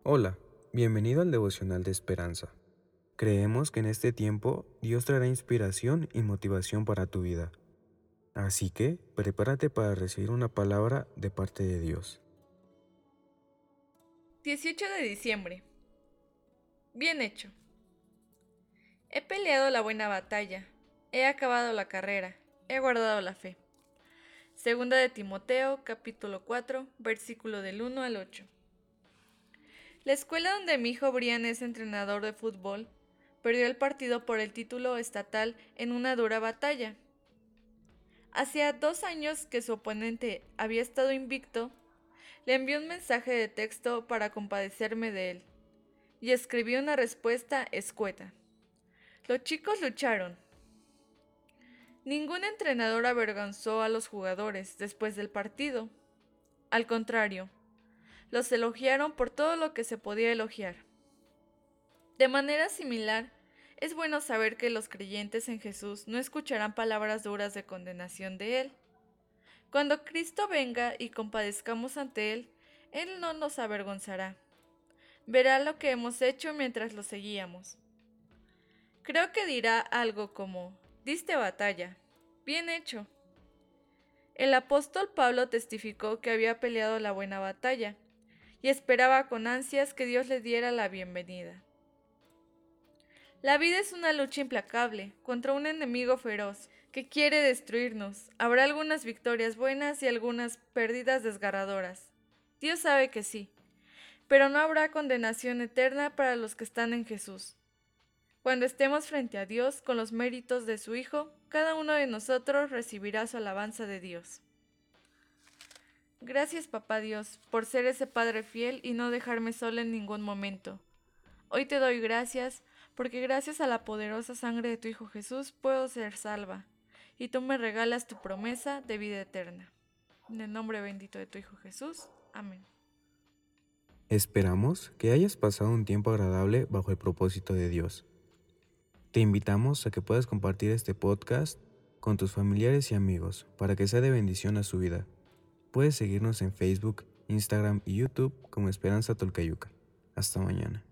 Hola, bienvenido al devocional de esperanza. Creemos que en este tiempo Dios traerá inspiración y motivación para tu vida. Así que prepárate para recibir una palabra de parte de Dios. 18 de diciembre. Bien hecho. He peleado la buena batalla, he acabado la carrera, he guardado la fe. Segunda de Timoteo, capítulo 4, versículo del 1 al 8. La escuela donde mi hijo Brian es entrenador de fútbol perdió el partido por el título estatal en una dura batalla. Hacía 2 años que su oponente había estado invicto. Le envié un mensaje de texto para compadecerme de él y escribí una respuesta escueta. Los chicos lucharon. Ningún entrenador avergonzó a los jugadores después del partido. Al contrario, los elogiaron por todo lo que se podía elogiar. De manera similar, es bueno saber que los creyentes en Jesús no escucharán palabras duras de condenación de Él. Cuando Cristo venga y compadezcamos ante Él no nos avergonzará. Verá lo que hemos hecho mientras lo seguíamos. Creo que dirá algo como, diste batalla, bien hecho. El apóstol Pablo testificó que había peleado la buena batalla y esperaba con ansias que Dios le diera la bienvenida. La vida es una lucha implacable contra un enemigo feroz que quiere destruirnos. Habrá algunas victorias buenas y algunas pérdidas desgarradoras. Dios sabe que sí, pero no habrá condenación eterna para los que están en Jesús. Cuando estemos frente a Dios con los méritos de su Hijo, cada uno de nosotros recibirá su alabanza de Dios. Gracias, Papá Dios, por ser ese Padre fiel y no dejarme sola en ningún momento. Hoy te doy gracias, porque gracias a la poderosa sangre de tu Hijo Jesús puedo ser salva, y tú me regalas tu promesa de vida eterna. En el nombre bendito de tu Hijo Jesús. Amén. Esperamos que hayas pasado un tiempo agradable bajo el propósito de Dios. Te invitamos a que puedas compartir este podcast con tus familiares y amigos para que sea de bendición a su vida. Puedes seguirnos en Facebook, Instagram y YouTube como Esperanza Tolcayuca. Hasta mañana.